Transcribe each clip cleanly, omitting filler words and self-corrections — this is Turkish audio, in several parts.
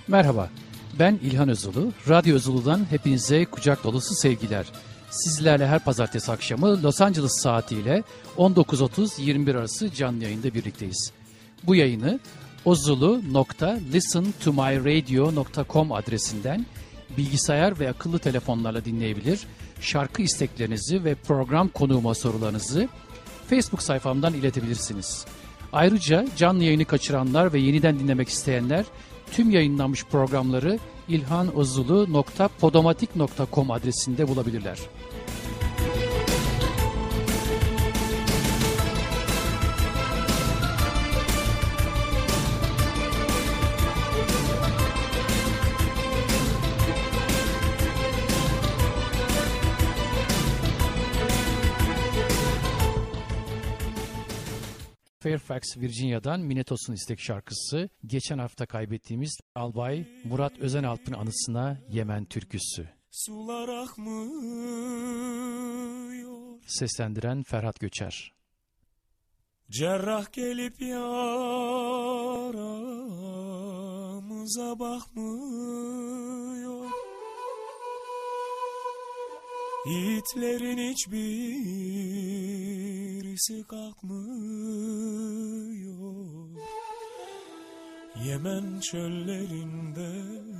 Merhaba, ben İlhan Özulu. Radyo Özulu'dan hepinize kucak dolusu sevgiler. Sizlerle her pazartesi akşamı Los Angeles saatiyle 19.30-21 arası canlı yayında birlikteyiz. Bu yayını ozulu.listentomyradio.com adresinden bilgisayar ve akıllı telefonlarla dinleyebilir, şarkı isteklerinizi ve program konuğuma sorularınızı Facebook sayfamdan iletebilirsiniz. Ayrıca canlı yayını kaçıranlar ve yeniden dinlemek isteyenler tüm yayınlanmış programları ilhanozulu.podomatic.com adresinde bulabilirler. Fairfax, Virginia'dan Minetos'un istek şarkısı, geçen hafta kaybettiğimiz Albay Murat Özenalp'ın anısına Yemen türküsü. Sular akmıyor. Seslendiren Ferhat Göçer. Cerrah gelip yaramıza bakmıyor. Yiğitlerin hiçbirisi kalkmıyor. Yemen çöllerinde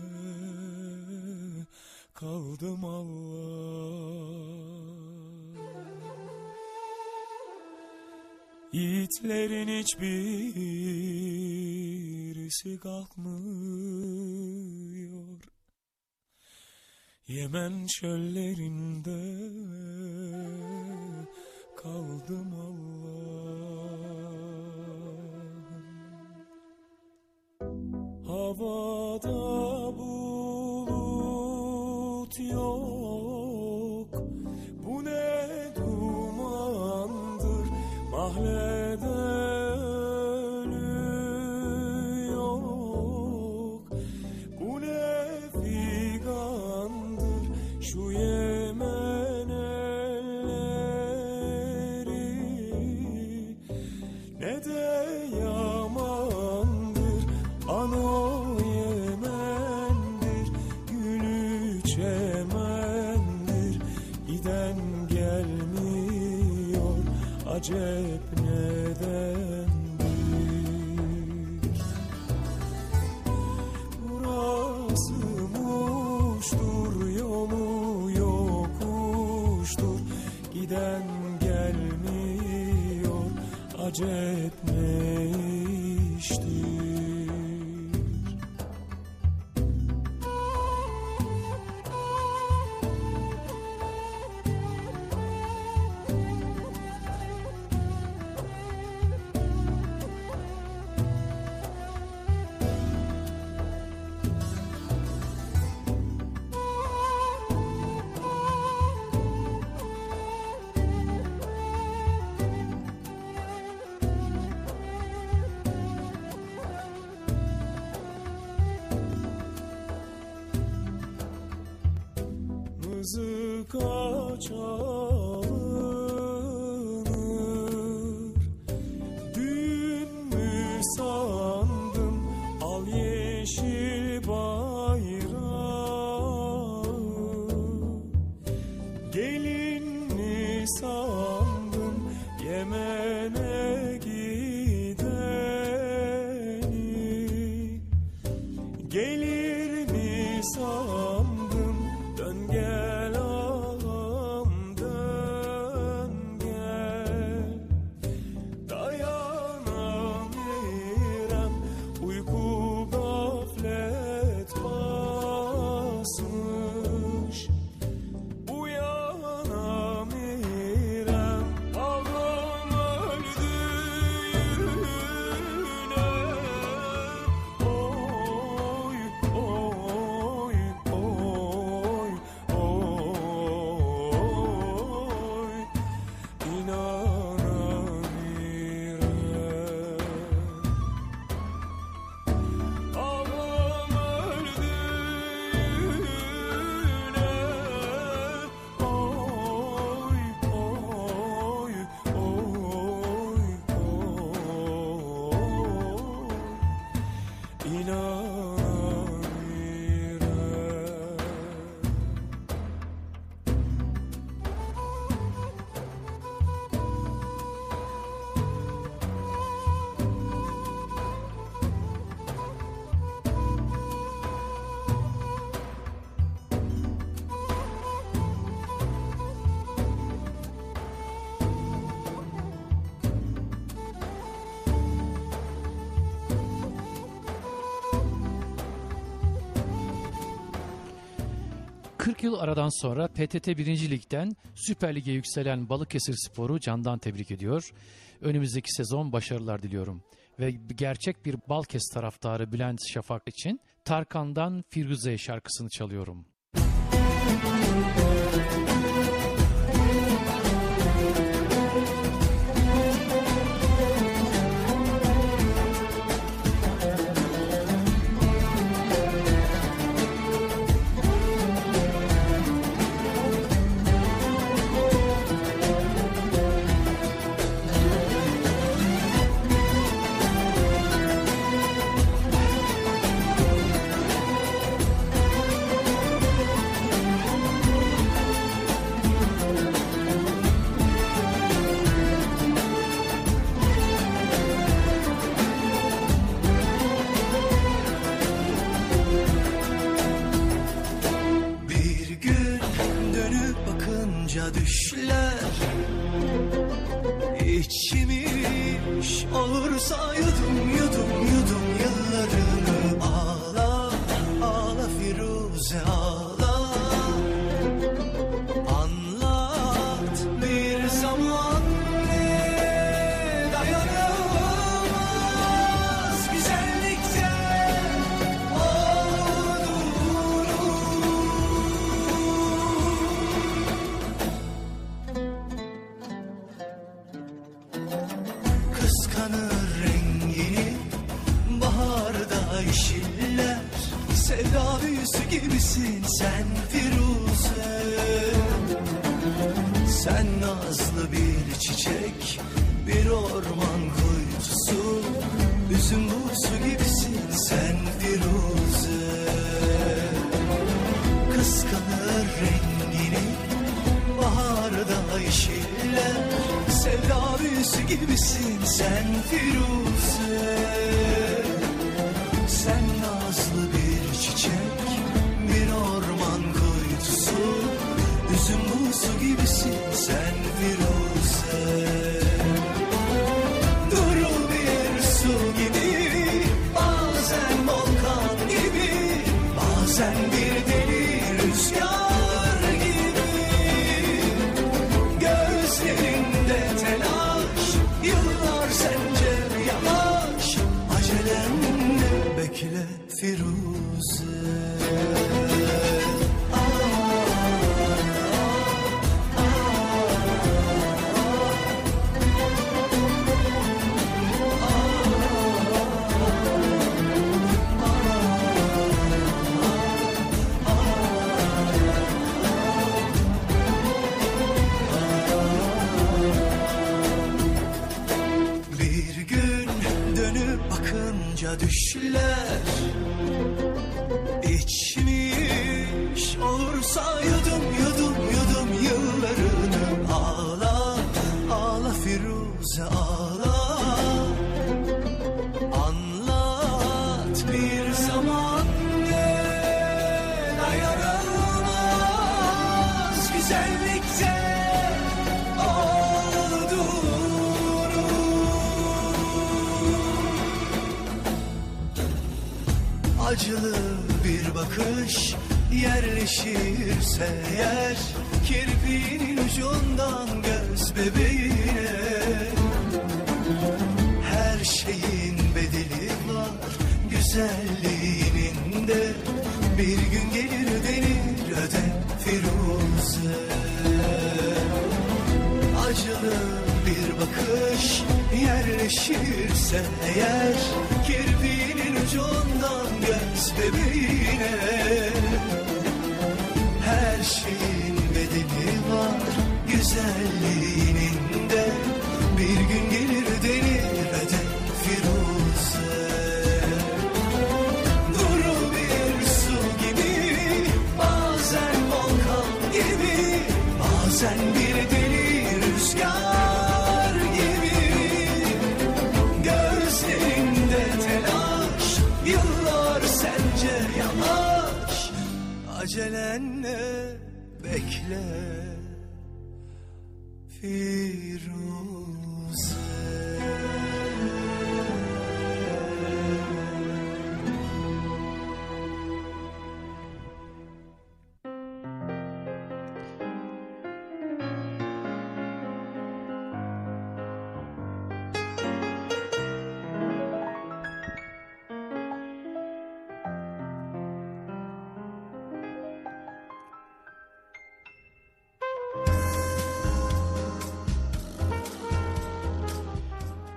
kaldım Allah. Yiğitlerin hiçbirisi kalkmıyor. Yemen çöllerinde kaldım Allah'ım. Havada bulut yok, bu ne dumandır, mahlede ölü yok, bu ne figandır, şu Yemen elleri, ne de yamandır, ano Yemen'dir, gülü çemendir, giden gelmiyor, acep nedendir? Burası muştur, yolu yokuştur, giden gelmiyor, acep ne iştir? Mızıka çalınır, dün mü sandım al yeşil bayrağı, gelin mi sandım Yemen'e gideni, gelir mi sandım dön gel ağam dön. 40 yıl aradan sonra PTT 1. Lig'den Süper Lig'e yükselen Balıkesirspor'u candan tebrik ediyor. Önümüzdeki sezon başarılar diliyorum. Ve gerçek bir Balkes taraftarı Bülent Şafak için Tarkan'dan Firuze şarkısını çalıyorum. Düşler içmiş olursa yudum yudum yudum yıllarını ağla ağla Firuze ağla, anlat bir zaman ne dayanılmaz güzellikte kıskanır rengini baharda yeşiller, sevda büyüsü gibisin sen Firuze. Sen nazlı bir çiçek, bir orman kuytusu, üzüm buğusu gibisin sen Firuze. Kıskanır rengini baharda yeşiller, sevda büyüsü gibisin sen Firuze. Sen nazlı bir çiçek, bir orman kuytusu, üzüm buğusu gibisin sen Firuze. Duru bir su gibi, bazen volkan gibi, bazen bir deli rüzgar gibi. Gözlerinde telaş, yıllar sence yavaş, acelenle bekle Firuze. Bir gün dönüp bakınca düşler içmiş olursa yudum yudum yudum yıllarını ağla ağla Firuze ağla, anlat bir zaman ne dayanılmaz güzellikte acılı bir bakış yerleşirse eğer kirpiğinin ucundan göz bebeğine, her şeyin bedeli var güzelliğinin de, bir gün gelir denir öde Firuze. Acılı bir bakış yerleşirse eğer kirpiğinin ucundan göz bebeğine, her şeyin bedeli var güzelliğinin de, bir gün gelir denir öde Firuze. Duru bir su gibi, bazen volkan gibi, bazen bir deli rüzgar gibi. Gözlerinde telaş, yıllar sence yavaş, acelenle bekle Firuze.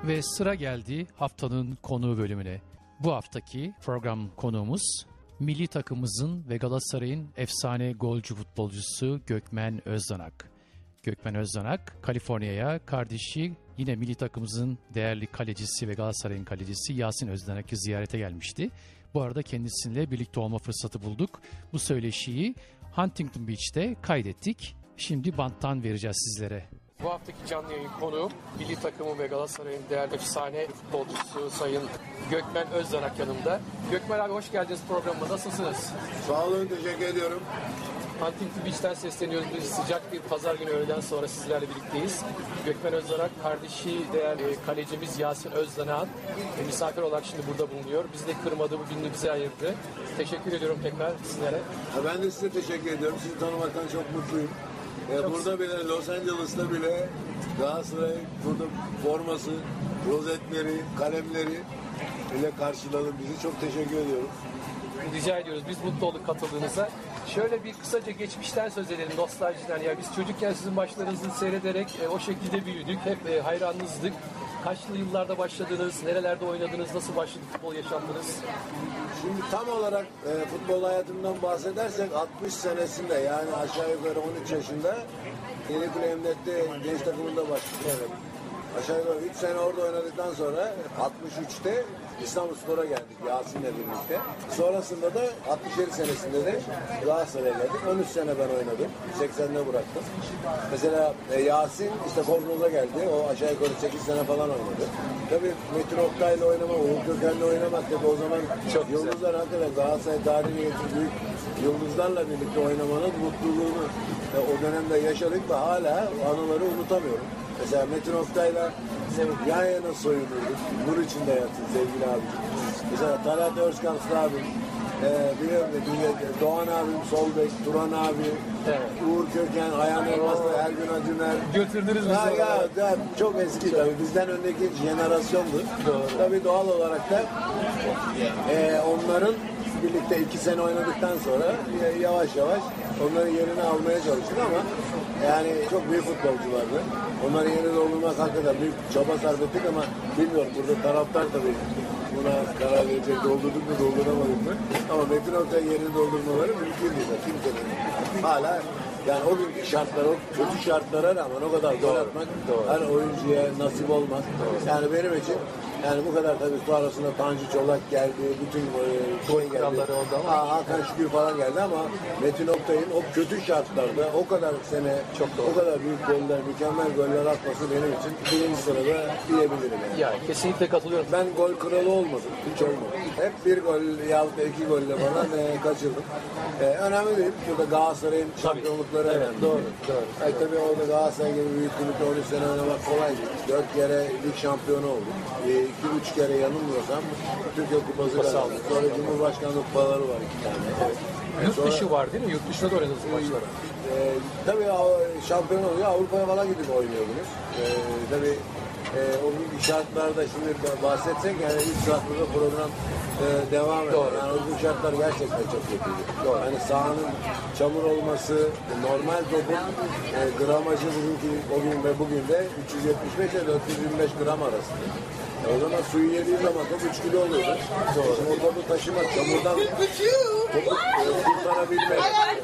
Ve sıra geldi haftanın konuğu bölümüne. Bu haftaki program konuğumuz milli takımımızın ve Galatasaray'ın efsane golcü futbolcusu Gökmen Özdanak. Gökmen Özdanak, Kaliforniya'ya kardeşi yine milli takımımızın değerli kalecisi ve Galatasaray'ın kalecisi Yasin Özdanak'ı ziyarete gelmişti. Bu arada kendisiyle birlikte olma fırsatı bulduk. Bu söyleşiyi Huntington Beach'te kaydettik. Şimdi banttan vereceğiz sizlere. Bu haftaki canlı yayın konuğum milli takımı ve Galatasaray'ın değerli efsane futbolcusu Sayın Gökmen Özdanak yanımda. Gökmen abi hoş geldiniz programıma. Nasılsınız? Sağ olun, teşekkür ediyorum. Huntington Beach'ten sesleniyoruz. Biz sıcak bir pazar günü öğleden sonra sizlerle birlikteyiz. Gökmen Özdanak kardeşi değerli kalecimiz Yasin Özdanak'ın misafir olarak şimdi burada bulunuyor. Bizi de kırmadı, bu günü bize ayırdı. Teşekkür ediyorum tekrar sizlere. Ben de size teşekkür ediyorum. Sizi tanımaktan çok mutluyum. Burada bile, Los Angeles'ta bile Galatasaray burada forması, rozetleri, kalemleri ile karşıladı bizi. Çok teşekkür ediyorum. Rica ediyoruz. Biz mutlu olduk katıldığınızda. Şöyle bir kısaca geçmişten söz edelim, nostaljiden. Yani biz çocukken sizin maçlarınızı seyrederek o şekilde büyüdük. Hep hayranınızdık. Kaçlı yıllarda başladınız, nerelerde oynadınız, nasıl başladı futbol yaşantınız? Şimdi tam olarak futbol hayatımdan bahsedersek 60 senesinde, yani aşağı yukarı 13 yaşında Yenikule Emniyet'te genç takımında başladım. Evet. Aşağı yukarı 3 sene orada oynadıktan sonra 63'te İstanbulspor'a geldik Yasin'le birlikte. Sonrasında da 67 senesinde de Galatasaray'a geldik. 13 sene ben oynadım. 80'de bıraktım. Mesela Yasin işte Kozmos'a geldi. O aşağı yukarı 8 sene falan oynadı. Tabii Metin Oktay'la oynama, Uğur Köken'le oynamak dedi. O zaman çok yıldızlar hakikaten Galatasaray tarihine büyük yıldızlarla birlikte oynamanın mutluluğunu o dönemde yaşadık ve hala anıları unutamıyorum. Mesela Metin Oktay'la yan yana soyunurduk. Nur içinde yatsın sevgili abicim. Mesela Talat Özkan abim, Doğan abim, Solbek, Turan abi, evet. Uğur Köken, Ayhan Elmas'la Ergün Acıner. Götürdünüz mü? Ya, çok eski tabii. Bizden önceki jenerasyondu. Doğru. Tabii doğal olarak da onların birlikte 2 sene oynadıktan sonra yavaş yavaş onların yerini almaya çalıştık ama yani çok büyük futbolculardı. Onların yerini doldurmak hakikaten büyük çaba sarf ettik ama bilmiyorum burada taraftar tabii buna karar verecek, doldurduk mu dolduramadık mı ama Metin Oktay yerini doldurmaları mümkün değil. Kimsenin hala yani o günkü şartlar, o kötü şartlara rağmen o kadar gol atmak her oyuncuya nasip olmaz. Yani benim için yani bu kadar tabii sonrasında Tanju Çolak geldi, bütün şey geldi. Oldu ama. Hakan Şükür falan geldi ama Metin Oktay'ın o kötü şartlarda o kadar sene, o kadar büyük goller, mükemmel goller atması benim için birinci sırada diyebilirim. Yani. Ya kesinlikle katılıyorum. Ben gol kralı olmadım, hiç olmadım. Hep bir gol yahut da 2 golle falan kaçırdım. Önemli değil, burada Galatasaray'ın şampiyonlukları önemli. Doğru. Tabii orada Galatasaray gibi büyük kulüpte 13 sene oynamak kolay değil. 4 kere lig şampiyonu olduk. 2-3 kere yanılmıyorsam Türkiye Kupası kazandık. Sonra Cumhurbaşkanlık kupaları var 2 tane. Evet. Yurt dışı var değil mi? Yurt dışında da oynadınız maçları. Tabii şampiyon oluyor. Avrupa'ya falan gidip oynuyordunuz. Tabii o gibi şartlarda şimdi bahsetsek yani 3 saat burada program devam ediyor. Yani o bu şartlar gerçekten çok kötüydü. Yani sahanın çamur olması, normal topun gramajı o gün ve bugün de 375 ile 425 gram arasında. O zaman suyu yediği zaman top 3 kilo oluyordu. Şimdi o topu taşımak, çamurdan topu kurtarabilmek,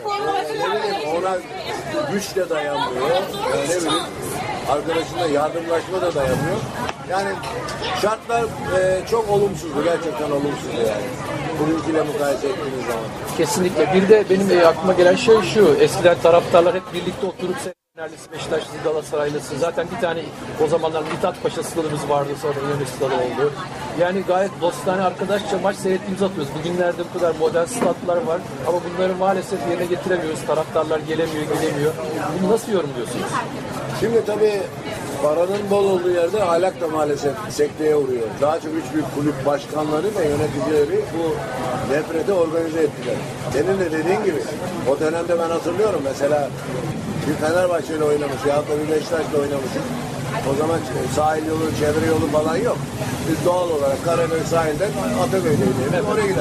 ne bileyim ona güç de dayanmıyor. Ne bileyim arkadaşına yardımlaşma da dayanmıyor. Yani şartlar çok olumsuzdu, gerçekten olumsuzdu yani. Bugünküyle mukayese ettiğiniz zaman. Kesinlikle. Bir de benim aklıma gelen şey şu, eskiden taraftarlar hep birlikte oturup Fenerlisi, Beşiktaşlısı, Galatasaraylısı. Zaten bir tane o zamanlar Mithat Paşa stadımız vardı, sonra İnönü stadı oldu. Yani gayet dostane arkadaşça maç seyrettiğimizi atıyoruz. Bugünlerde bu kadar modern statlar var ama bunları maalesef yerine getiremiyoruz. Taraftarlar gelemiyor, gelemiyor. Bunu nasıl yorumluyorsunuz? Şimdi tabii paranın bol olduğu yerde ahlak da maalesef sekteye uğruyor. Daha çok 3 büyük kulüp başkanları ve yöneticileri bu nefreti organize ettiler. Senin de dediğin gibi o dönemde ben hatırlıyorum mesela bir Fenerbahçe ile oynamış ya da bir Beşiktaş'la oynamışız. O zaman sahil yolu, çevre yolu falan yok. Biz doğal olarak Karaköy sahilden Ataköy'de oraya gider.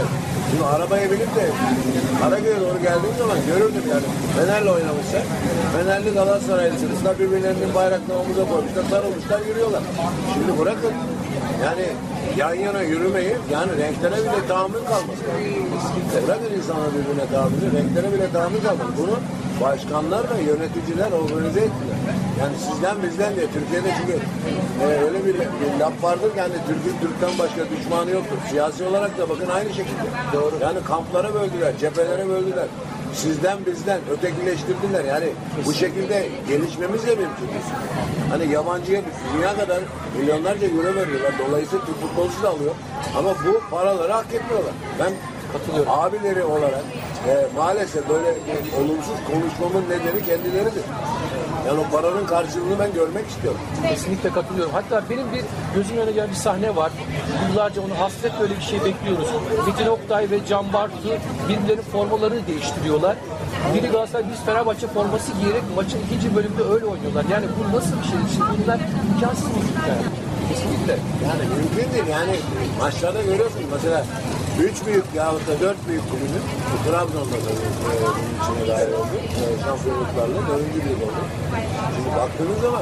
Şimdi arabaya binip de Karaköy'e doğru geldiğim zaman görürdüm yani. Fener'le oynamışlar. Fenerli Galatasaraylısınız da birbirlerinin bayraklarını omuza koymuşlar, sarılmışlar, yürüyorlar. Şimdi bırakın yani yan yana yürümeyi, yani renklere bile tahammül kalmaz. Bırakın insanlar birbirine tahammülü, renklere bile tahammül kalmaz. Bunu başkanlar ve yöneticiler organize ettiler. Yani sizden bizden diye Türkiye'de çünkü öyle bir laf vardır ki yani Türk'ün Türk'ten başka düşmanı yoktur. Siyasi olarak da bakın aynı şekilde. Doğru. Yani kamplara böldüler, cephelere böldüler. Sizden bizden ötekileştirdiler. Yani bu şekilde gelişmemiz de mümkün. Hani yabancıya dünya kadar milyonlarca euro veriyorlar. Dolayısıyla Türk futbolcusu da alıyor. Ama bu paraları hak etmiyorlar. Ben katılıyorum. Abileri olarak maalesef böyle olumsuz konuşmamın nedeni kendileridir. Yani o paranın karşılığını ben görmek istiyorum. Kesinlikle katılıyorum. Hatta benim bir gözümün önüne gelen bir sahne var. Yıllarca onu hasret böyle bir şey bekliyoruz. Metin Oktay ve Can Bartu birbirlerinin formalarını değiştiriyorlar. Biri Galatasaray, biz Fenerbahçe forması giyerek maçın ikinci bölümünde öyle oynuyorlar. Yani bu nasıl bir şey? Şimdi bunlar imkansız mı? Kesinlikle. Yani mümkün değil. Yani maçlarda görüyorsun mesela 3 büyük yahut da 4 büyük kulübün Trabzon'da da bunun içine dahil oldu. Şampiyonluklarla 4. büyük oldu. Şimdi baktığınız zaman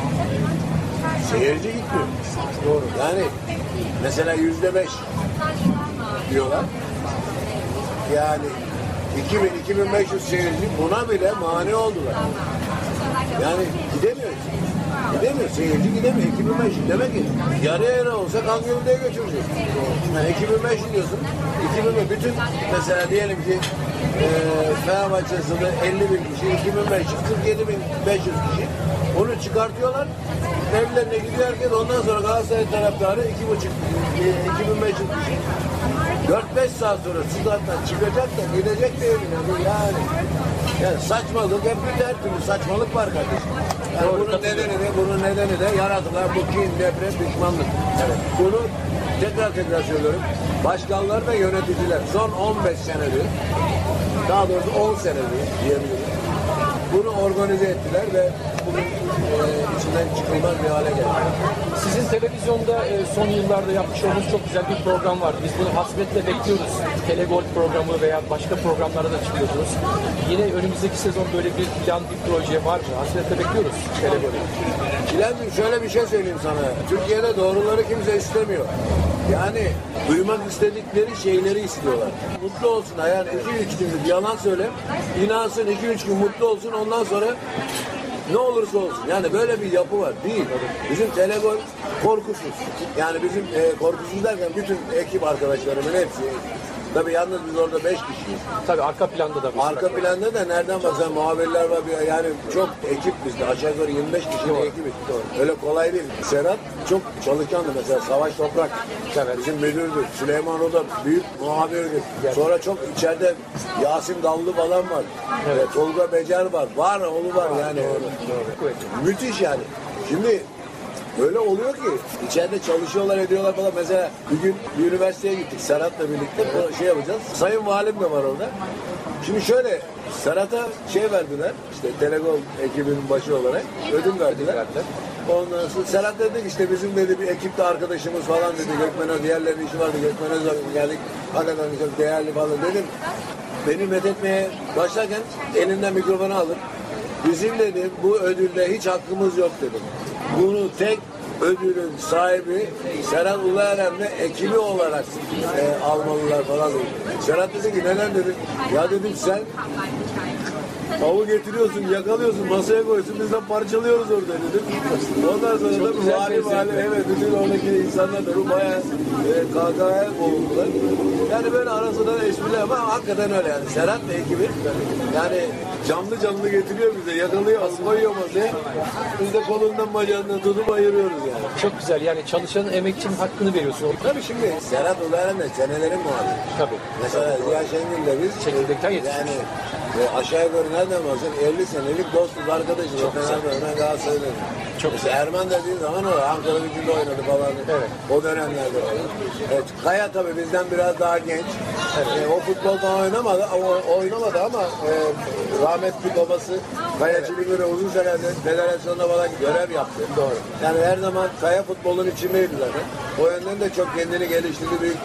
seyirci gitmiyor. Doğru. Yani mesela %5 diyorlar. Yani 2000-2500 seyirci buna bile mani oldular. Yani gidemiyor. Gidemiyor. Seyirci gidemiyor. 2500 demek ki yarı olsa Kangölü'ye götürecek. Yani 2500 diyorsun. 2000 bütün mesela diyelim ki Fenerbahçe'sinde 50 bin kişi, 2500, 47.500 kişi. Onu çıkartıyorlar. Evlerine gidiyor herkes. Ondan sonra Galatasaray taraftarı 2500 kişi. 4-5 saat sonra stadyumdan çıkacak da gidecek de evine. Yani saçmalık, hep her türlü saçmalık var kardeşim. Yani bunun nedeni de yaratılan bu kin, nefret, düşmanlık. Evet. Bunu tekrar söylüyorum. Başkanlar ve yöneticiler son 15 senedir, daha doğrusu 10 senedir diyebilirim. Bunu organize ettiler ve bugün içinden çıkılmaz bir hale geldi. Sizin televizyonda son yıllarda yapmış olduğunuz çok güzel bir program vardı. Biz bunu hasretle bekliyoruz. Telegol programı veya başka programlara da çıkıyordunuz. Yine önümüzdeki sezon böyle bir plan, bir proje var mı? Hasretle bekliyoruz Telegol'ü. Çilemciğim şöyle bir şey söyleyeyim sana. Türkiye'de doğruları kimse istemiyor. Yani duymak istedikleri şeyleri istiyorlar. Mutlu olsun yani 2-3 gün yalan söyle. İnansın 2-3 gün mutlu olsun ondan sonra ne olursa olsun. Yani böyle bir yapı var. Değil. Bizim Telegol korkusuz. Yani bizim korkusuz derken bütün ekip arkadaşlarımın hepsi. Tabii yalnız biz orada 5 kişiyiz. Tabii arka planda da. Arka planda da nereden baksan muhabirler var. Yani çok ekip bizde. Aşağı yukarı 25 kişinin ekibi. Öyle kolay değil. Serhat çok çalışkandı mesela. Savaş Toprak. Evet. Bizim müdürdü. Süleyman Oda büyük muhabirdi. Evet. Sonra çok içeride Yasin Dallı falan var. Evet. Tolga Becer var. Var oğlu var yani. Doğru. Müthiş yani. Şimdi öyle oluyor ki içeride çalışıyorlar ediyorlar falan. Mesela bir gün bir üniversiteye gittik Serhat'la birlikte şey yapacağız. Sayın Valim de var orada. Şimdi şöyle Serhat'a şey verdiler işte Telegol ekibinin başı olarak ödül verdiler. Ondan sonra Serhat dedi ki işte bizim dedi bir ekipte arkadaşımız falan dedi Gökmen'e diğerlerinin işi vardı Gökmen'e geldik. Hakikaten çok değerli falan dedim. Beni methetmeye başlarken elinden mikrofonu alır. Bizim dedi bu ödülde hiç hakkımız yok dedim. Bunu tek ödülün sahibi Serhat Ulueren ve ekibi olarak almalılar falan dedi. Serhat dedi ki neden dedi. Ya dedim sen tavuğu getiriyorsun, yakalıyorsun, masaya koyuyorsun, biz de parçalıyoruz orada dedim. Ondan sonra da vali evet bütün oradaki insanlar da bayağı kahkahaya boğuldular. Yani böyle arasında espriler ama hakikaten öyle yani. Serhat ve ekibi yani canlı getiriyor bize, yakalıyor, koyuyor masaya. Biz de kolundan bacağından tutup ayırıyoruz yani. Çok güzel yani çalışanın emekçinin hakkını veriyorsun. Tabii şimdi Serhat Ulueren de senelerin muhabiri. Tabii. Mesela Ziya Şengül'le biz çekirdekten yetiştik. Yani aşağı yukarı nereden baksan 50 senelik dostluk arkadaşız. Çok güzel. Ben Galatasaray'da. Çok güzel. Erman dediğin zaman o Ankara Gücü'nde oynadı falan. Evet. O dönemlerde. Evet. Kaya tabii bizden biraz daha genç. Evet. O futboldan oynamadı ama rahmetli babası Kaya Çelikür'e uzun seneler federasyonda falan görev yaptı. Doğru. Yani her zaman Kaya futbolun içindeydi zaten. O yönden de çok kendini geliştirdi. Büyük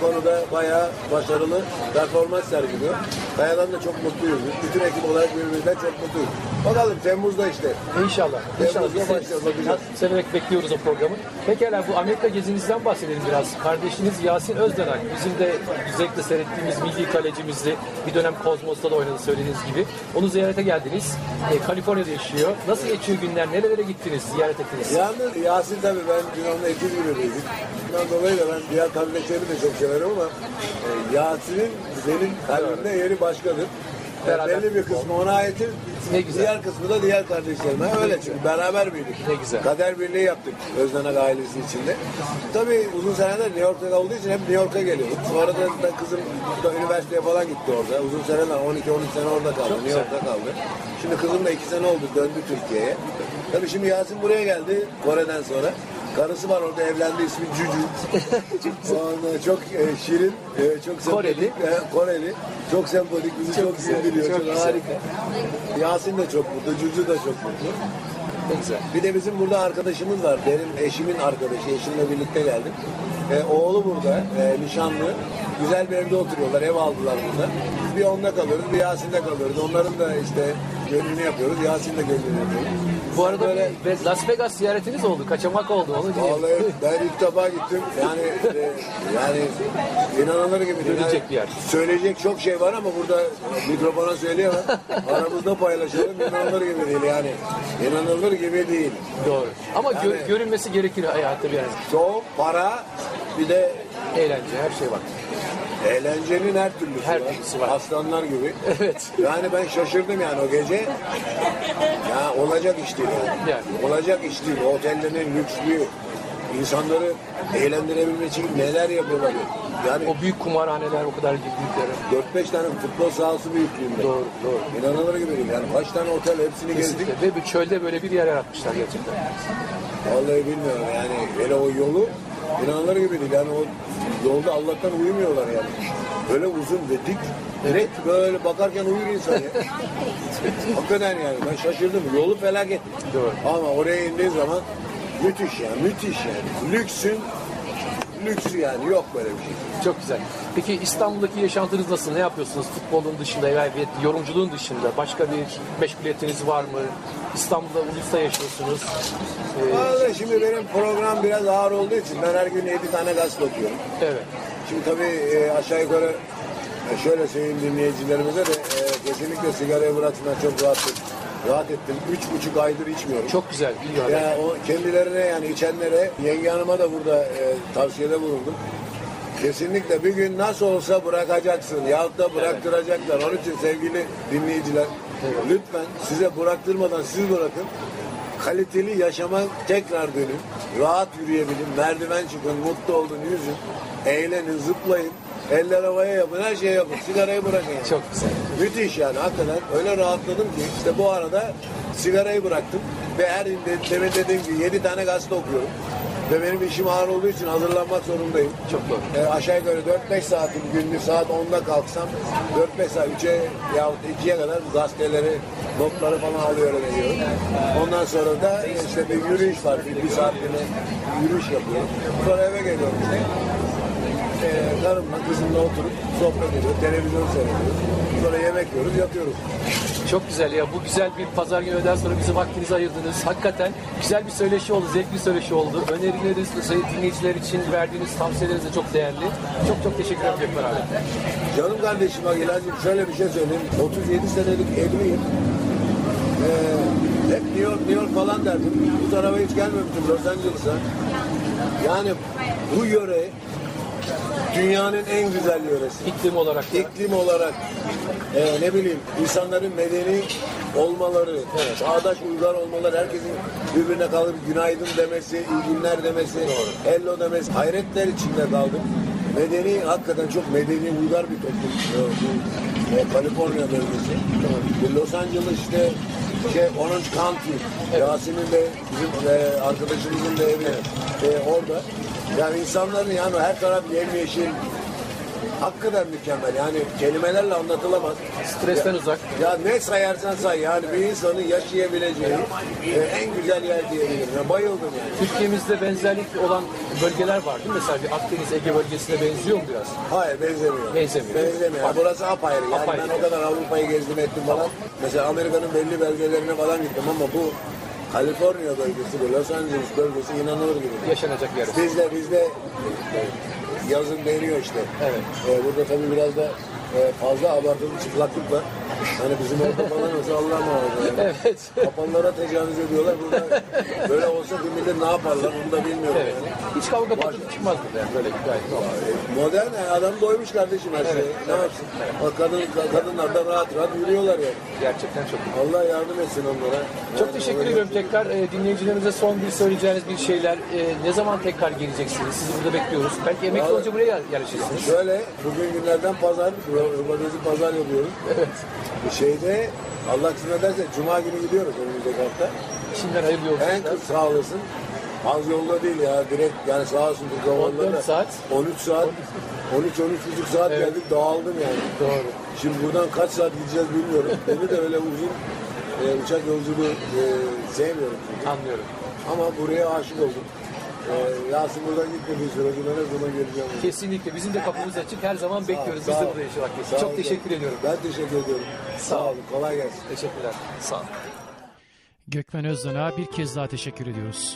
konuda bayağı başarılı performans sergiliyor. Kayadan da çok mutluyuz. Bütün ekip olarak birbirimizden çok mutluyuz. Bakalım Temmuz'da işte. İnşallah. İnşallah. Temmuz'da Biz başlıyoruz, bakacağız. severek bekliyoruz o programı. Pekala, bu Amerika gezinizden bahsedelim biraz. Kardeşiniz Yasin Özdenak, bizim de zevkle seyrettiğimiz milli kalecimizdi. Bir dönem Kozmos'ta da oynadı söylediğiniz gibi. Onu ziyarete geldiniz. Kaliforniya'da yaşıyor. Nasıl geçiyor günler? Nerelere gittiniz? Ziyaret ettiniz? Yalnız Yasin tabii ben dün onunla ikiz gibi büyüdük. Bundan dolayı da ben diğer kardeşlerimi de çok severim ama Yasin'in benim kalbimde yeri başkadır. Beraber Belli bir kısmı ona aittir. Ne güzel. Diğer kısmı da diğer kardeşlerime. Öyle çünkü beraber büyüdük. Ne güzel. Kader birliği yaptık Özdenak ailesi içinde. Tabii uzun seneler New York'ta olduğu için hep New York'a geliyoruz. Sonra da kızım da üniversiteye falan gitti orada. Uzun seneler 12-13 sene orada kaldı. Çok New güzel. York'ta kaldı. Şimdi kızım da 2 sene oldu döndü Türkiye'ye. Tabii şimdi Yasin buraya geldi Kore'den sonra. Karısı var orada evlendi, ismi Cücü. Çok şirin, çok sempatik. Koreli. Koreli. Çok sempatik, bizi çok güldürüyor. çok Çok, güzel. harika. Yasin de çok mutlu, Cücü de çok mutlu. Ne güzel. Bir de bizim burada arkadaşımız var. Benim eşimin arkadaşı, eşimle birlikte geldim. Oğlu burada, nişanlı. Güzel bir evde oturuyorlar, ev aldılar burada. Biz bir onda kalıyoruz, bir Yasin'de kalıyoruz. Onların da işte gönlünü yapıyoruz, Yasin de gönlünü yapıyoruz. Bu arada Böyle- bir Las Vegas ziyaretiniz oldu. Kaçamak oldu. Onu diyeyim. Vallahi ben ilk defa gittim. Yani inanılır gibi değil. Görecek Yani bir yer. söyleyecek çok şey var ama burada mikrofona söyleyemem. Aramızda paylaşalım. İnanılır gibi değil yani. İnanılır gibi değil. Doğru. Ama Yani- görünmesi gerekir hayatta bir yani. Çok para bir de Eğlence, her şey var. eğlencenin her türlüsü Her var. türlüsü var. Aslanlar gibi. Evet. Yani ben şaşırdım yani o gece. Ya olacak iş değil yani. Yani. Olacak iş değil. Otellerin lükslü insanları eğlendirebilmek için neler yapıyorlar. Yani O büyük kumarhaneler o kadar büyükleri. 4-5 tane futbol sahası büyüklüğünde. Doğru, doğru. İnanılır gibi değil. Yani kaç tane otel hepsini gezdik. Kesinlikle. Ve bir çölde böyle bir yer yaratmışlar gerçekten. Vallahi bilmiyorum yani. Hele o yolu inanılır gibi değil. Yani o yolda Allah'tan uyumuyorlar yani. Böyle uzun ve dik. Direkt böyle bakarken uyur insan ya. Hakikaten yani ben şaşırdım. Yolu felaket. Doğru. Ama oraya indiği zaman müthiş yani. Müthiş yani. Lüksü yani. Yok böyle bir şey. Çok güzel. Peki İstanbul'daki yaşantınız nasıl? Ne yapıyorsunuz? Futbolun dışında ve yorumculuğun dışında başka bir meşguliyetiniz var mı? İstanbul'da, Ulus'ta yaşıyorsunuz. Vallahi şimdi benim program biraz ağır olduğu için ben her gün 7 tane gazete okuyorum. Evet. Şimdi tabii aşağı yukarı şöyle söyleyeyim dinleyicilerimize de kesinlikle sigarayı bıraksınlar çok rahat ettim. 3,5 aydır içmiyorum. Çok güzel. İyi haber. Ya o kendilerine yani içenlere yenge hanıma da burada tavsiyede bulundum. Kesinlikle bir gün nasıl olsa bırakacaksın yahut da bıraktıracaklar. Onun için sevgili dinleyiciler lütfen size bıraktırmadan siz bırakın. Kaliteli yaşama tekrar dönün. Rahat yürüyebilin. Merdiven çıkın. Mutlu olun. Yüzün. Eğlenin. Zıplayın. Eller havaya yapın. Her şeyi yapın. Sigarayı bırakın. Yani. Çok güzel. Müthiş yani. Hakikaten öyle rahatladım ki işte bu arada sigarayı bıraktım. Ve her demin dediğim gibi 7 tane gazete okuyorum. Ve benim işim ağır olduğu için hazırlanmak zorundayım. Çok doğru. Aşağı yukarı 4-5 saatim günlük saat 10'da kalksam 4-5 saat 3'e yahut 2'ye kadar gazeteleri, notları falan alıyorum ediyorum. Ondan sonra da işte bir yürüyüş var. Bir saatliğine yürüyüş yapıyorum. Sonra eve geliyorum işte. Karımla kızımla oturup sohbet ediyoruz. Televizyon seyrediyoruz. Sonra yemek yiyoruz, yatıyoruz. Çok güzel ya. Bu güzel bir pazar günü öğleden sonra bize vaktinizi ayırdınız. Hakikaten güzel bir söyleşi oldu, zevkli bir söyleşi oldu. Önerileriniz, dinleyiciler için verdiğiniz tavsiyeleriniz de çok değerli. Çok çok teşekkür ederim Gökmen abi. Canım kardeşim Agilacığım şöyle bir şey söyleyeyim. 37 senelik evliyim. Hep New York falan derdim. Bu tarafa hiç gelmemiştim Los Angeles'a. Yani bu yöre dünyanın en güzel yöresi. İklim olarak da. İklim olarak ne bileyim insanların medeni olmaları, çağdaş uygar olmaları, herkesin birbirine kalıp günaydın demesi, iyi günler demesi, hello demesi, hayretler içinde kaldım. Medeni, hakikaten çok medeni, uygar bir toplum. Kaliforniya bölgesi. Los Angeles işte Orange County, Yasin'in de bizim arkadaşımızın da evi orada. Yani insanların yani her taraf yemyeşil, hakikaten mükemmel. Yani kelimelerle anlatılamaz. Stresten uzak. Ya ne sayarsan say yani bir insanın yaşayabileceği en güzel yer diyebilirim. Ya bayıldım yani. Türkiye'mizde benzerlik olan bölgeler var değil mi? Mesela bir Akdeniz, Ege bölgesine benziyor mu biraz? Hayır benzemiyor. Benzemiyor. Benzemiyor. Yani burası apayrı. Yani Apayrı. ben o kadar Avrupa'yı gezdim ettim falan. Mesela Amerika'nın belli bölgelerine falan gittim ama bu Kaliforniya bölgesi, bu Los Angeles bölgesi inanılır gibi. Yaşanacak yer. Bizde yazın deniyor işte. Evet. Burada tabii biraz da fazla abartılı çıplaklık var. Hani bizim orada falan olsa Allah'a muhafaza. Yani. Evet. Kapanlara tecavüz ediyorlar. Burada böyle olsa bir millet ne yaparlar onu da bilmiyorum. Evet. Yani. Hiç kavga patladı çıkmaz burada yani. Böyle gayet normal. Modern yani adam doymuş kardeşim her şeye. Ne yapsın? Bak kadınlar da rahat rahat yürüyorlar yani. Gerçekten çok iyi. Allah yardım etsin onlara. Çok Yani teşekkür oraya- ediyorum tekrar. Dinleyicilerimize son bir söyleyeceğiniz bir şeyler. Ne zaman tekrar geleceksiniz? Sizi burada bekliyoruz. Belki emekli Vallahi- olunca buraya yerleşirsiniz. Şöyle bugün günlerden pazar, Rubadezi pazar yapıyoruz. Evet. Şeyde Allah kısmet ederse Cuma günü gidiyoruz önümüzdeki hafta. Şimdiden hayırlı En yolculuklar. kısa sağ olasın. Az yolda değil ya direkt yani sağ olsun Türk Hava 14 Yolları. saat. 13 saat. 13-13,5 saat Evet. geldik dağıldım yani. Doğru. Şimdi buradan kaç saat gideceğiz bilmiyorum. Beni de öyle uzun uçak yolculuğu sevmiyorum çünkü. Anlıyorum. Ama buraya aşık oldum. Yasin buradan gitmediği sürece ben her zaman geleceğim. Kesinlikle. Bizim de kapımız açık. Her zaman bekliyoruz. Biz sağ de ol. burada yaşamak Sağ istiyoruz. Çok ol. teşekkür ediyorum. Ben teşekkür ediyorum. Sağ olun. Kolay gelsin. Teşekkürler. Sağ olun. Gökmen Özdan'a bir kez daha teşekkür ediyoruz.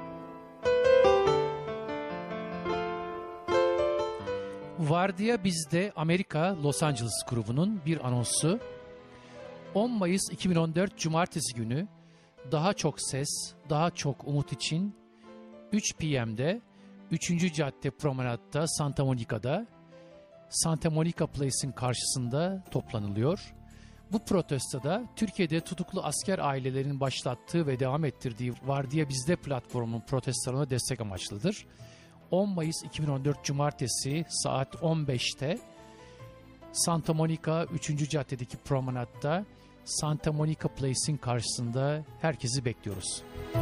Vardiya Bizde Amerika Los Angeles grubunun bir anonsu. 10 Mayıs 2014 Cumartesi günü daha çok ses, daha çok umut için 3 PM'de 3. Cadde Promenad'da Santa Monica'da Santa Monica Place'in karşısında toplanılıyor. Bu protestoda Türkiye'de tutuklu asker ailelerinin başlattığı ve devam ettirdiği Vardiya Bizde platformunun protestolarına destek amaçlıdır. 10 Mayıs 2014 Cumartesi saat 15'te Santa Monica 3. Cadde'deki promenadda Santa Monica Place'in karşısında herkesi bekliyoruz.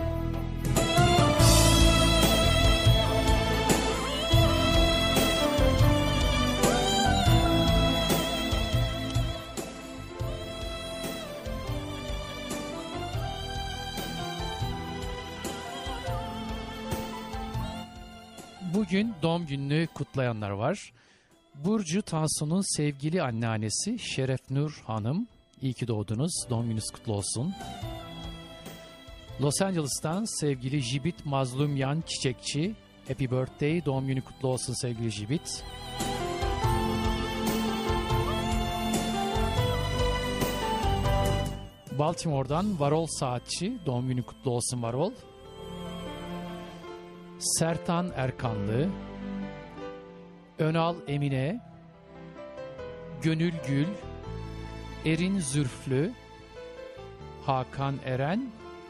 Bugün doğum gününü kutlayanlar var. Burcu Tansu'nun sevgili anneannesi Şeref Nur Hanım. İyi ki doğdunuz. Doğum gününüz kutlu olsun. Los Angeles'tan sevgili Jibit Mazlumyan Çiçekçi. Happy birthday. Doğum günü kutlu olsun sevgili Jibit. Baltimore'dan Varol Saatçi. Doğum günü kutlu olsun Varol. Sertan Erkanlı, Önal Emine, Gönül Gül, Erin Zürflü, Hakan Eren,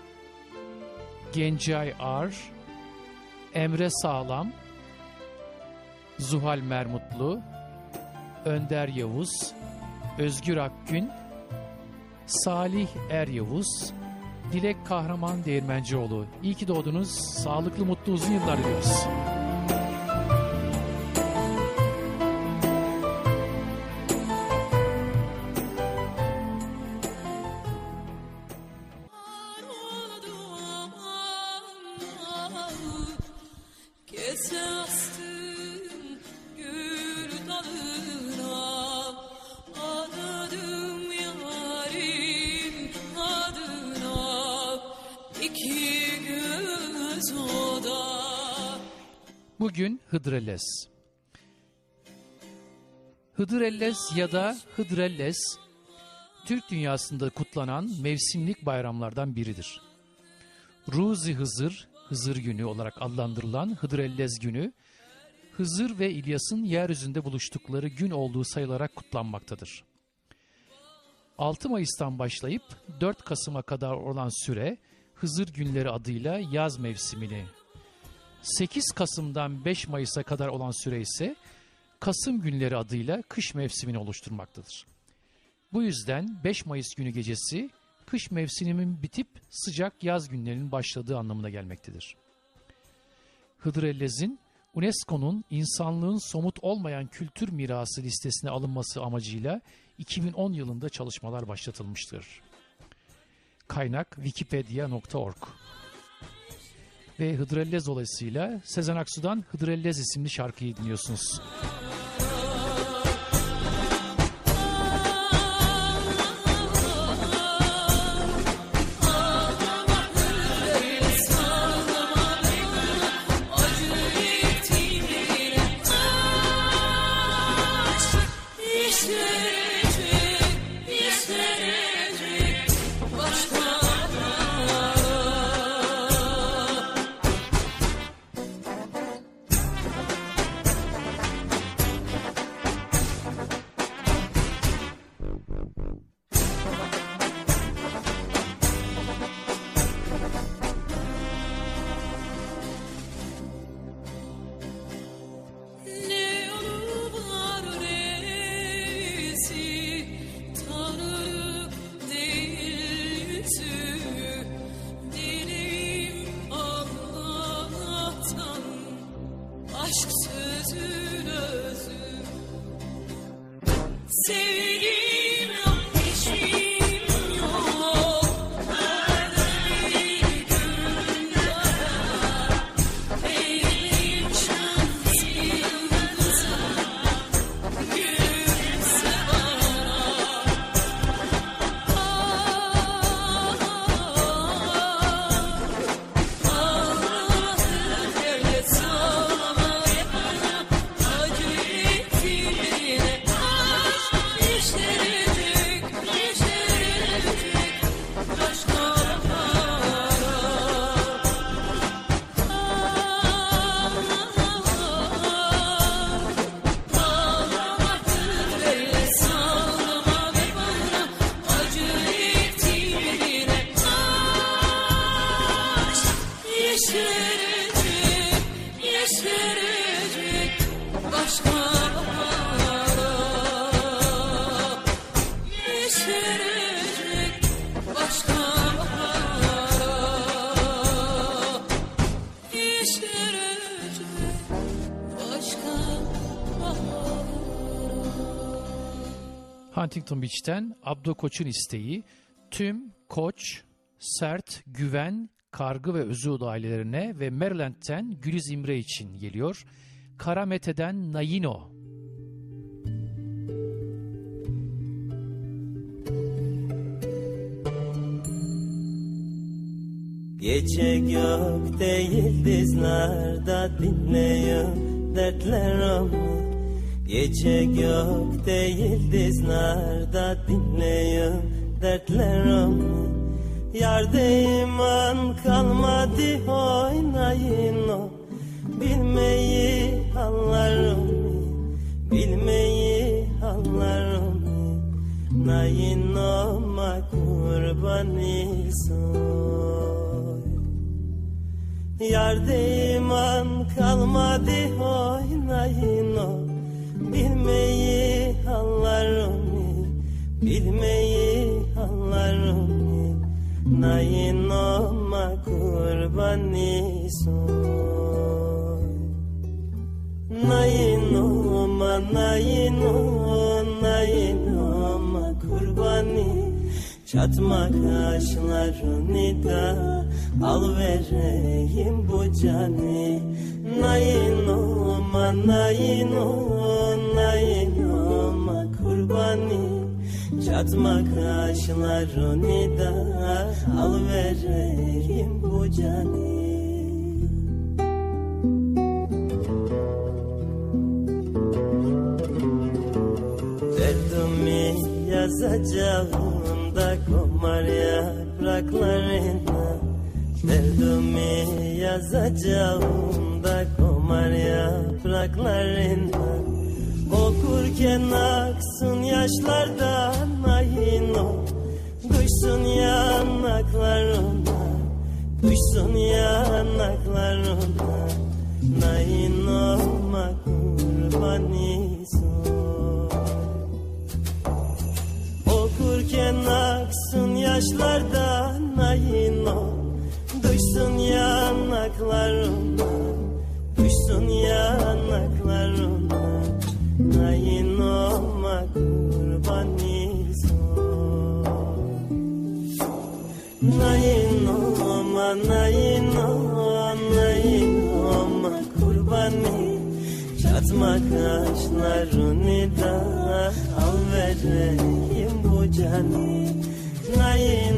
Gencay Ar, Emre Sağlam, Zuhal Mermutlu, Önder Yavuz, Özgür Akgün, Salih Er Yavuz, Dilek Kahraman Değirmencioğlu. İyi ki doğdunuz. Sağlıklı, mutlu, uzun yıllar diliyoruz. Kesastım gül dalına, adadım yarim adına, iki göz oda. Bugün Hıdrellez. Hıdrellez ya da Hıdrellez, Türk dünyasında kutlanan mevsimlik bayramlardan biridir. Ruzi Hızır, Hızır günü olarak adlandırılan Hıdrellez günü, Hızır ve İlyas'ın yeryüzünde buluştukları gün olduğu sayılarak kutlanmaktadır. 6 Mayıs'tan başlayıp 4 Kasım'a kadar olan süre Hızır günleri adıyla yaz mevsimini, 8 Kasım'dan 5 Mayıs'a kadar olan süre ise Kasım günleri adıyla kış mevsimini oluşturmaktadır. Bu yüzden 5 Mayıs günü gecesi kış mevsiminin bitip sıcak yaz günlerinin başladığı anlamına gelmektedir. Hıdrellez'in UNESCO'nun insanlığın somut olmayan kültür mirası listesine alınması amacıyla 2010 yılında çalışmalar başlatılmıştır. Kaynak wikipedia.org. Ve Hıdrellez dolayısıyla Sezen Aksu'dan Hıdrellez isimli şarkıyı dinliyorsunuz. Ne yolu var nesi, tanrı değil yüzü, dilim Allah'tan, aşk sözün özü. Sevgim yok, eşim yok, nerede bir günde, elim şansım gülse bana. Ağlamadın öyle sağlama bana, acı ettiğine aşk yeşerecek, yeşerecek başka Ağlamadın öyle sağlama bana, acı ettiğine aşk yeşerecek, yeşerecek başka yeşerecek başka yeşerecek başka. Huntington Beach'ten Abdo Koç'un isteği tüm Koç, Sert, Güven, Kargı ve Özüoğlu ailelerine ve Maryland'den Güliz İmre için geliyor. Karamete'den Nayino. Gece gökte yıldızlarda dinleyin dertlerimi. Gece gökte yıldızlarda dinleyin dertlerimi. Yarda iman kalmadı oynayın o. Bilmeyi hallarımı, bilmeyi hallarımı. Nayinoma kurbanı soy. Yarda iman kalmadı oynayın o. Bilmeyi hallarımı, bilmeyi hallarımı. Nayinoma kurbanı soy. Nayinoma, nayinoma kurbanı. Çatma kaşlarını da al vereyim bu canı. Nayinoma, nayinoma kurbanı. Çatma kaşlarını da al vereyim bu canı. Derdimi yazacağım da komar yapraklarına. Derdimi yazacağım da komar yapraklarına. Okurken aksın yaşlardan ayino. Duysun yanaklarına, duysun yanaklarına. Nayinoma kurbanı soy. Okurken aksın yaşlardan ayino. Duysun yanaklarına, duysun yanaklarına. Çatma kaşlarını da al vereyim bu canı. Nayin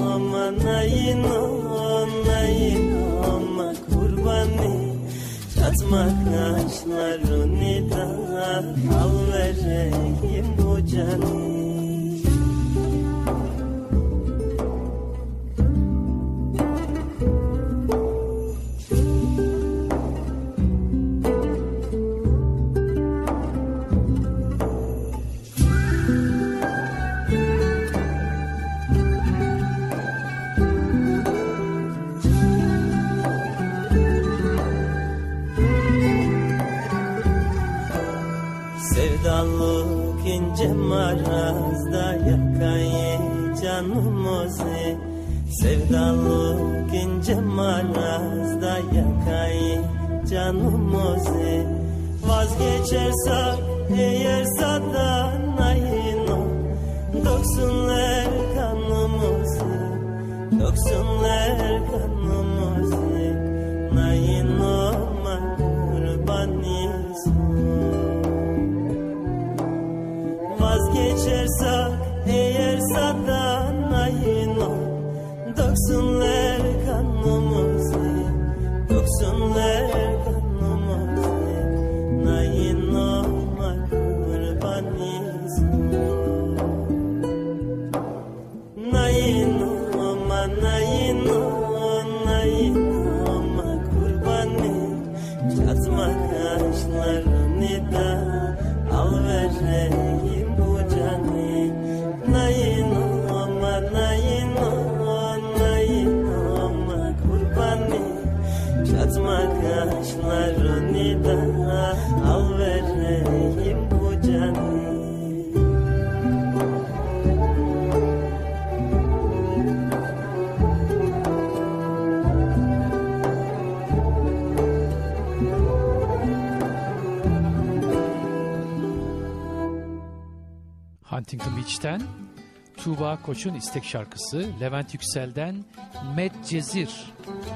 olma kurbanı. Çatma kaşlarını da al vereyim bu canı. Sevdalık ince marazda yakayı canımızı. Sevdalık ince marazda yakayı canımızı. Vazgeçersek eğer satanayın o, döksünler kanımızı, döksünler kanımızı. Nayin olma kurbanıyız. Vazgeçersek eğer satanayın o, döksünler kanımızı, döksünler kanımızı. Nayin olma kurbanıyız. Nayin olma kurbanı. Çatma kaşlarını da al vereyim bu canı. Nayin olma kurbanı. Çatma kaşlarını da al vereyim bu canı. Huntington Beach'ten Tuğba Koç'un istek şarkısı, Levent Yüksel'den Medcezir.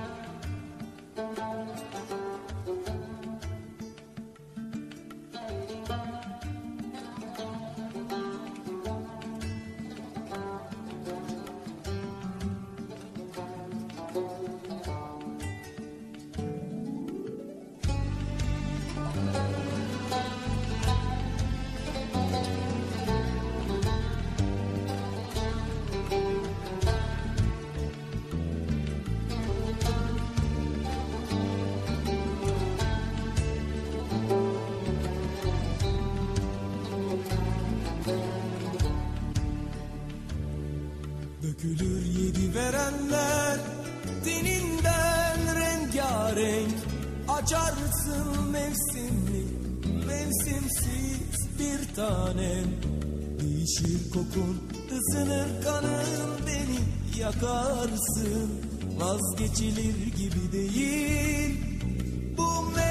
Dökülür yedi verenler dininden rengarenk. Açarsın mevsimli, mevsimsiz bir tanem. Değişir kokun, ısınır kanın, beni yakarsın. Vazgeçilir gibi değil bu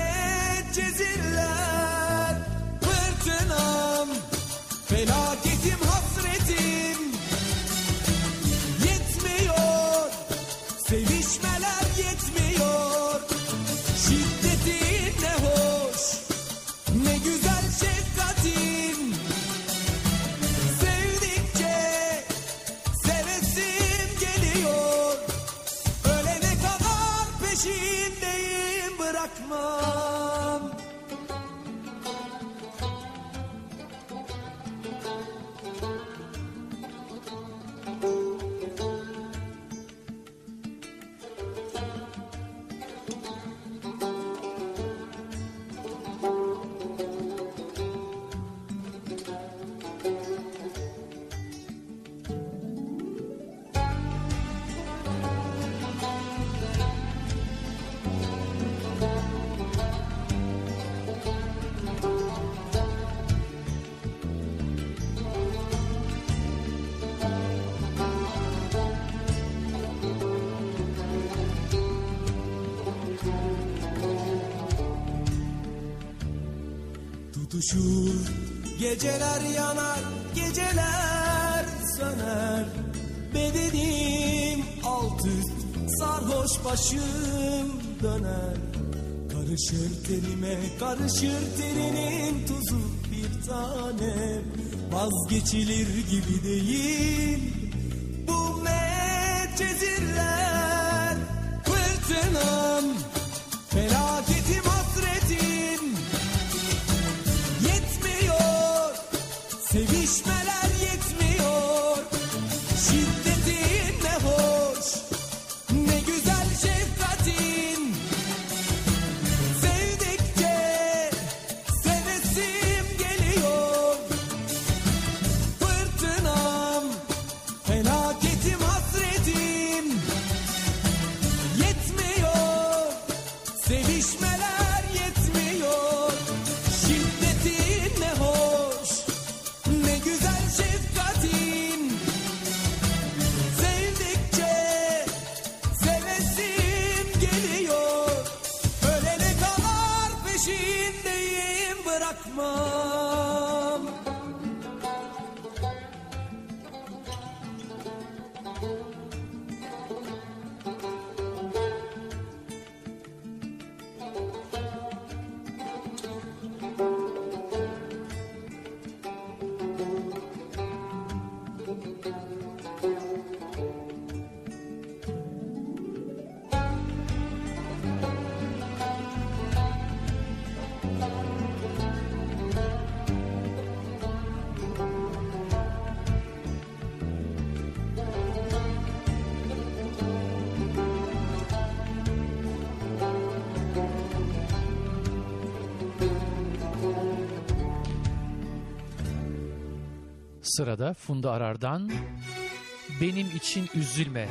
medcezirler. Fırtınam, felaketim, hasretim yetmiyor, sevişmeler yetmiyor. Şiddetin ne hoş, ne güzel şefkatin. Sevdikçe sevesim geliyor. Ölene kadar peşindeyim, bırakmam. Tutuşur, geceler yanar, geceler söner. Bedenim alt üst, sarhoş başım döner. Karışır tenime, karışır teninin tuzu bir tanem. Vazgeçilir gibi değil bu medcezirler. Fırtınam, felaketim, hasretim yetmiyor, sevişmeler yetmiyor. Şiddetin ne hoş, ne güzel şefkatin. Sevdikçe sevesim geliyor. Fırtınam, felaketim, hasretim yetmiyor, sevişmeler yetmiyor. Şiddetin ne hoş, ne güzel şefkatin. Sevdikçe sevesim geliyor. Ölene kadar peşindeyim, bırakmam. Sırada Funda Arar'dan Benim için Üzülme.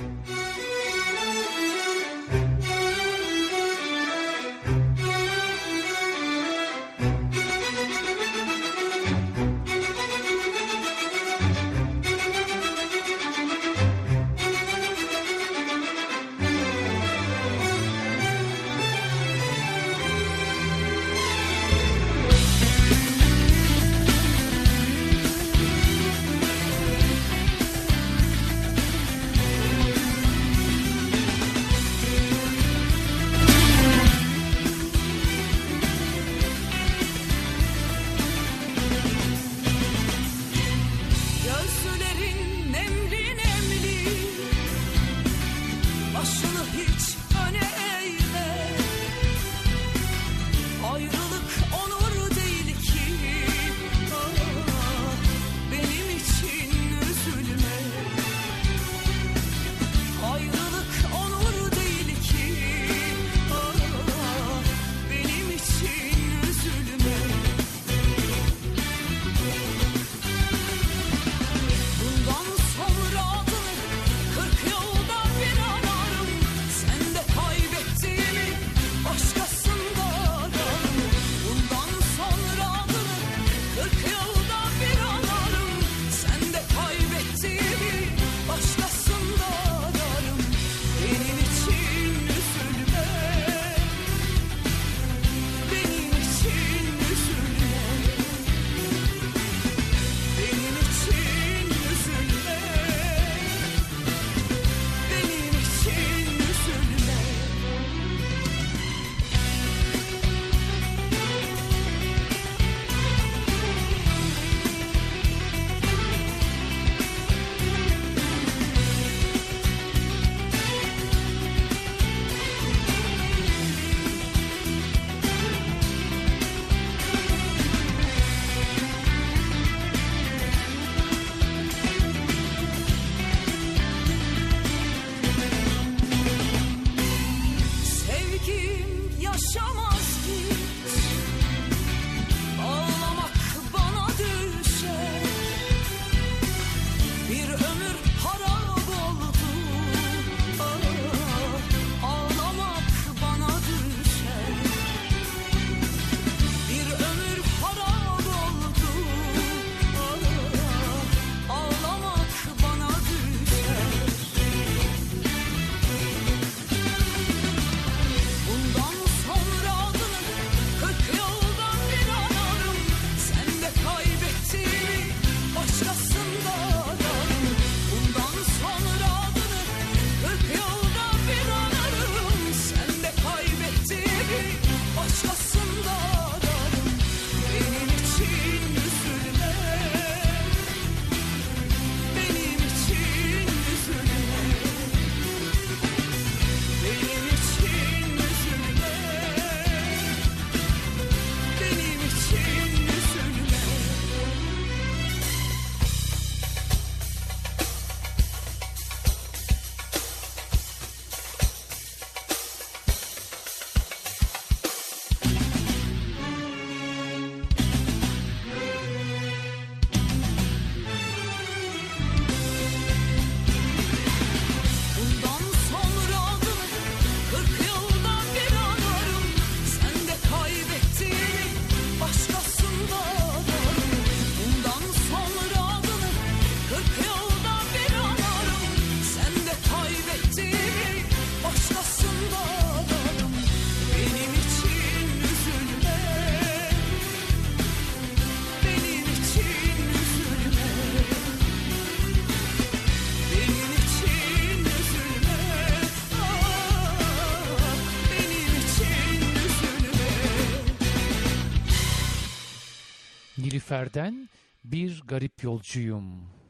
Nilüfer'den Bir Garip Yolcuyum.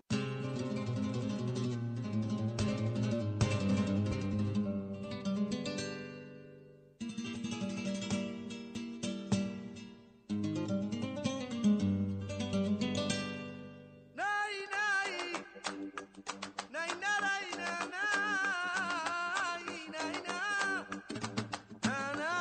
Nay nay nay nay nay nay nay nay.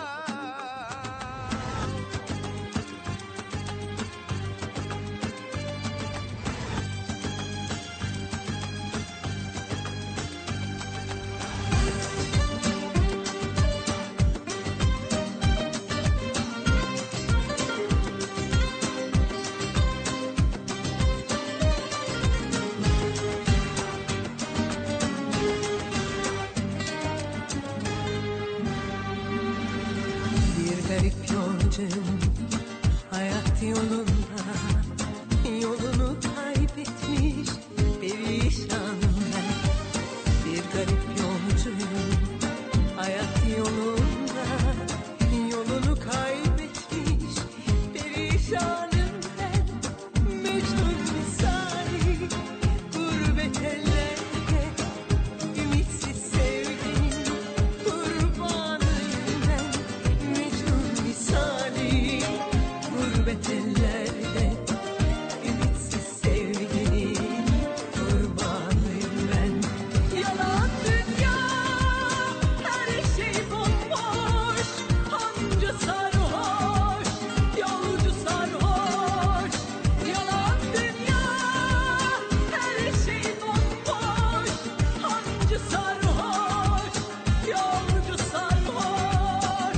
Bir garip yolcuyum hayat yolunda, yolunu kaybetmiş perişanım ben. Bir garip yolcuyum hayat yolunda, yolunu kaybetmiş perişanım ben. Mecnun misali gurbet ellerde, ümitsiz sevginin kurbanıyım ben. Mecnun misali gurbet ellerde, ümitsiz sevginin kurbanıyım ben. Yalan dünya, her şey bomboş, hancı sarhoş, yolcu sarhoş. Yalan dünya, her şey bomboş, hancı sarhoş, yolcu sarhoş.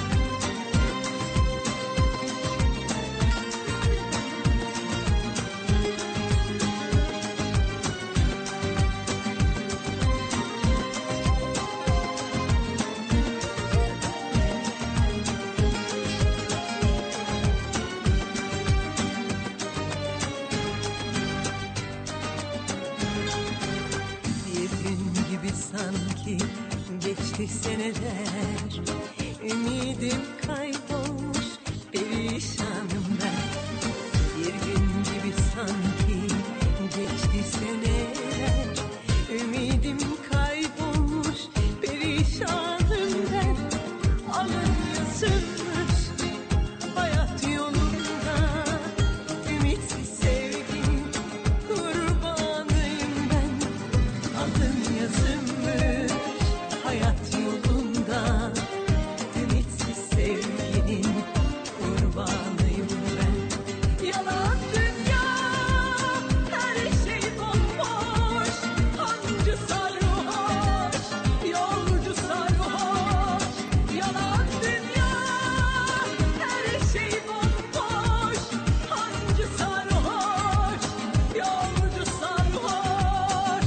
Bir gün gibi sanki geçti seneler, ümidim kaybolmuş perişanım ben. Bir gün gibi sanki geçti seneler, ümidim kaybolmuş perişanım ben. Alın yazılmış hayat yolunda, ümitsiz sevginin kurbanıyım ben. Alın yazılmış hayat yolunda, ümitsiz sevginin kurbanıyım ben. Yalan dünya, her şey bomboş, hancı sarhoş, yolcu sarhoş. Yalan dünya, her şey bomboş, hancı sarhoş, yolcu sarhoş.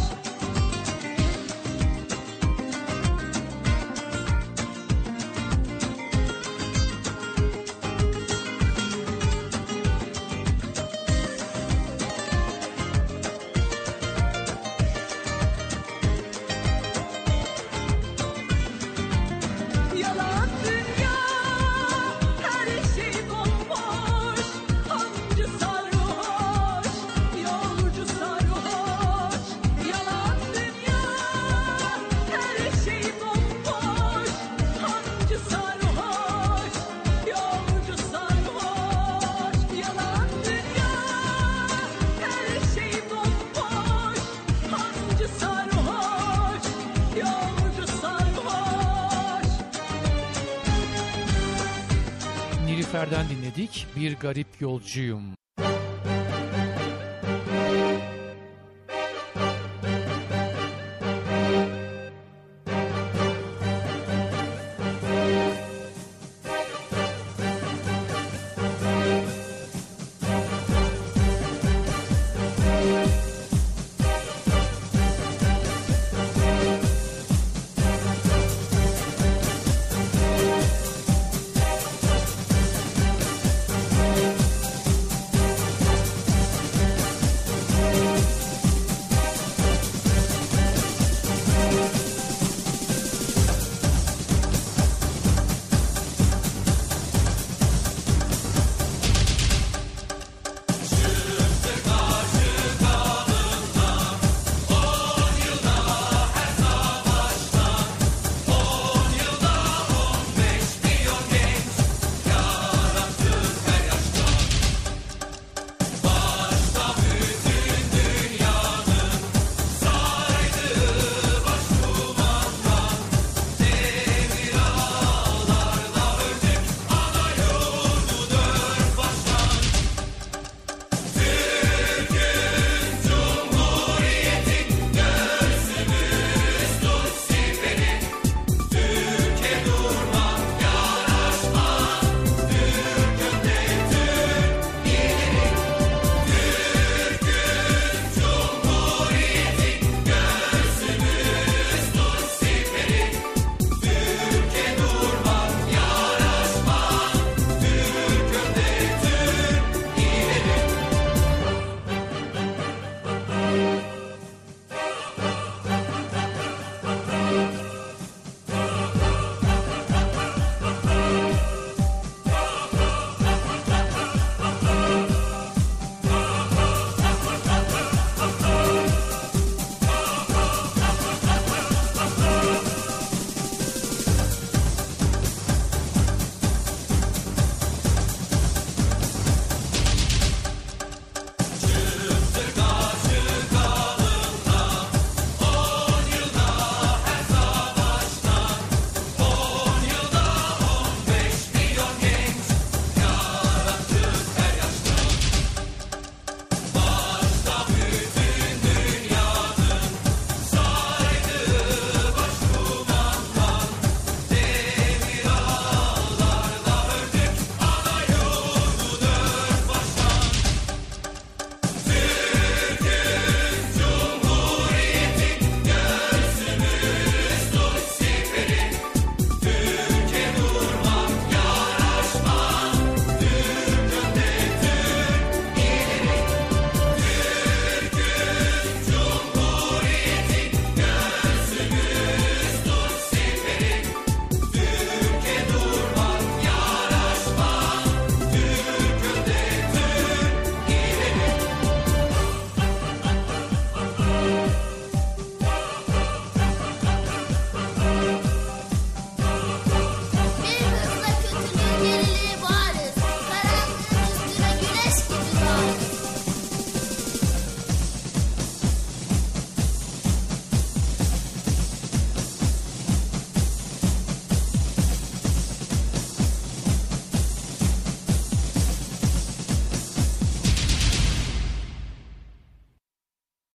Yalan dünya, her şey bomboş, hancı sarhoş, yolcu sarhoş. Yalan dünya, her şey bomboş, hancı sarhoş, yolcu sarhoş. Yalan dünya, her şey bomboş, hancı sarhoş, yolcu sarhoş. Nilüfer'den dinledik Bir Garip Yolcuyum.